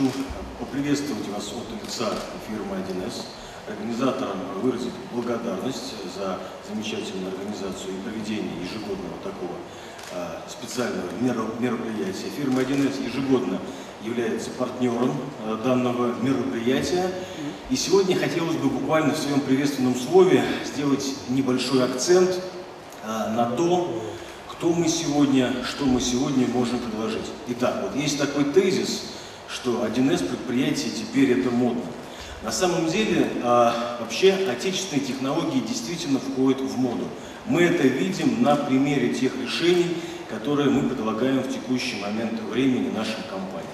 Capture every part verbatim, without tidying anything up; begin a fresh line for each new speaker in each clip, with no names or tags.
хочу поприветствовать вас от лица фирмы один эс, организаторам выразить благодарность за замечательную организацию и проведение ежегодного такого специального мероприятия. Фирма один эс ежегодно является партнером данного мероприятия. И сегодня хотелось бы буквально в своем приветственном слове сделать небольшой акцент на то, кто мы сегодня, что мы сегодня можем предложить. Итак, вот есть такой тезис, что один эс предприятие теперь это модно. На самом деле, вообще отечественные технологии действительно входят в моду. Мы это видим на примере тех решений, которые мы предлагаем в текущий момент времени нашим компаниям.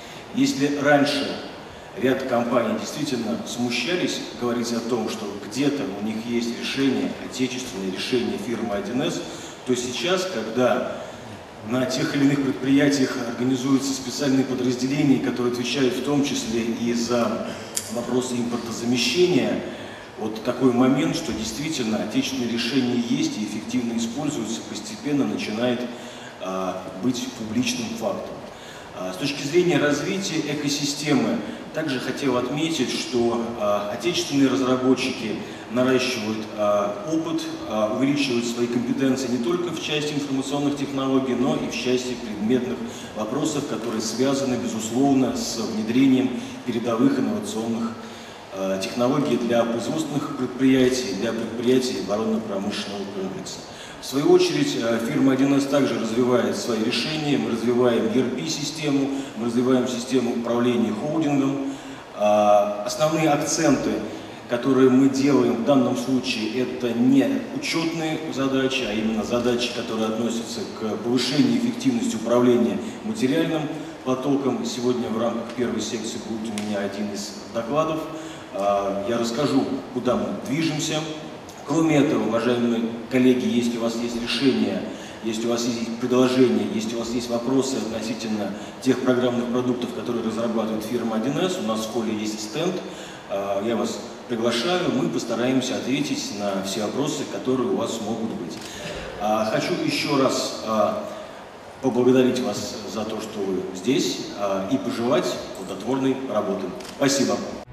Если раньше ряд компаний действительно смущались говорить о том, что где-то у них есть решения, отечественные решения фирмы один эс, то сейчас, когда на тех или иных предприятиях организуются специальные подразделения, которые отвечают в том числе и за вопросы импортозамещения, вот такой момент, что действительно отечественные решения есть и эффективно используются, постепенно начинает а, быть публичным фактом. А, с точки зрения развития экосистемы, также хотел отметить, что а, отечественные разработчики наращивают а, опыт, а, увеличивают свои компетенции не только в части информационных технологий, но и в части предметных вопросов, которые связаны, безусловно, с внедрением передовых инновационных а, технологий для производственных предприятий, для предприятий оборонно-промышленного комплекса. В свою очередь, фирма один эс также развивает свои решения, мы развиваем и эр пи-систему, мы развиваем систему управления холдингом. Основные акценты, которые мы делаем в данном случае, это не учетные задачи, а именно задачи, которые относятся к повышению эффективности управления материальным потоком. Сегодня в рамках первой секции будет у меня один из докладов. Я расскажу, куда мы движемся. Кроме этого, уважаемые коллеги, если у вас есть решения, если у вас есть предложения, если у вас есть вопросы относительно тех программных продуктов, которые разрабатывает фирма один эс, у нас в школе есть стенд, я вас приглашаю, мы постараемся ответить на все вопросы, которые у вас могут быть. Хочу еще раз поблагодарить вас за то, что вы здесь, и пожелать плодотворной работы. Спасибо.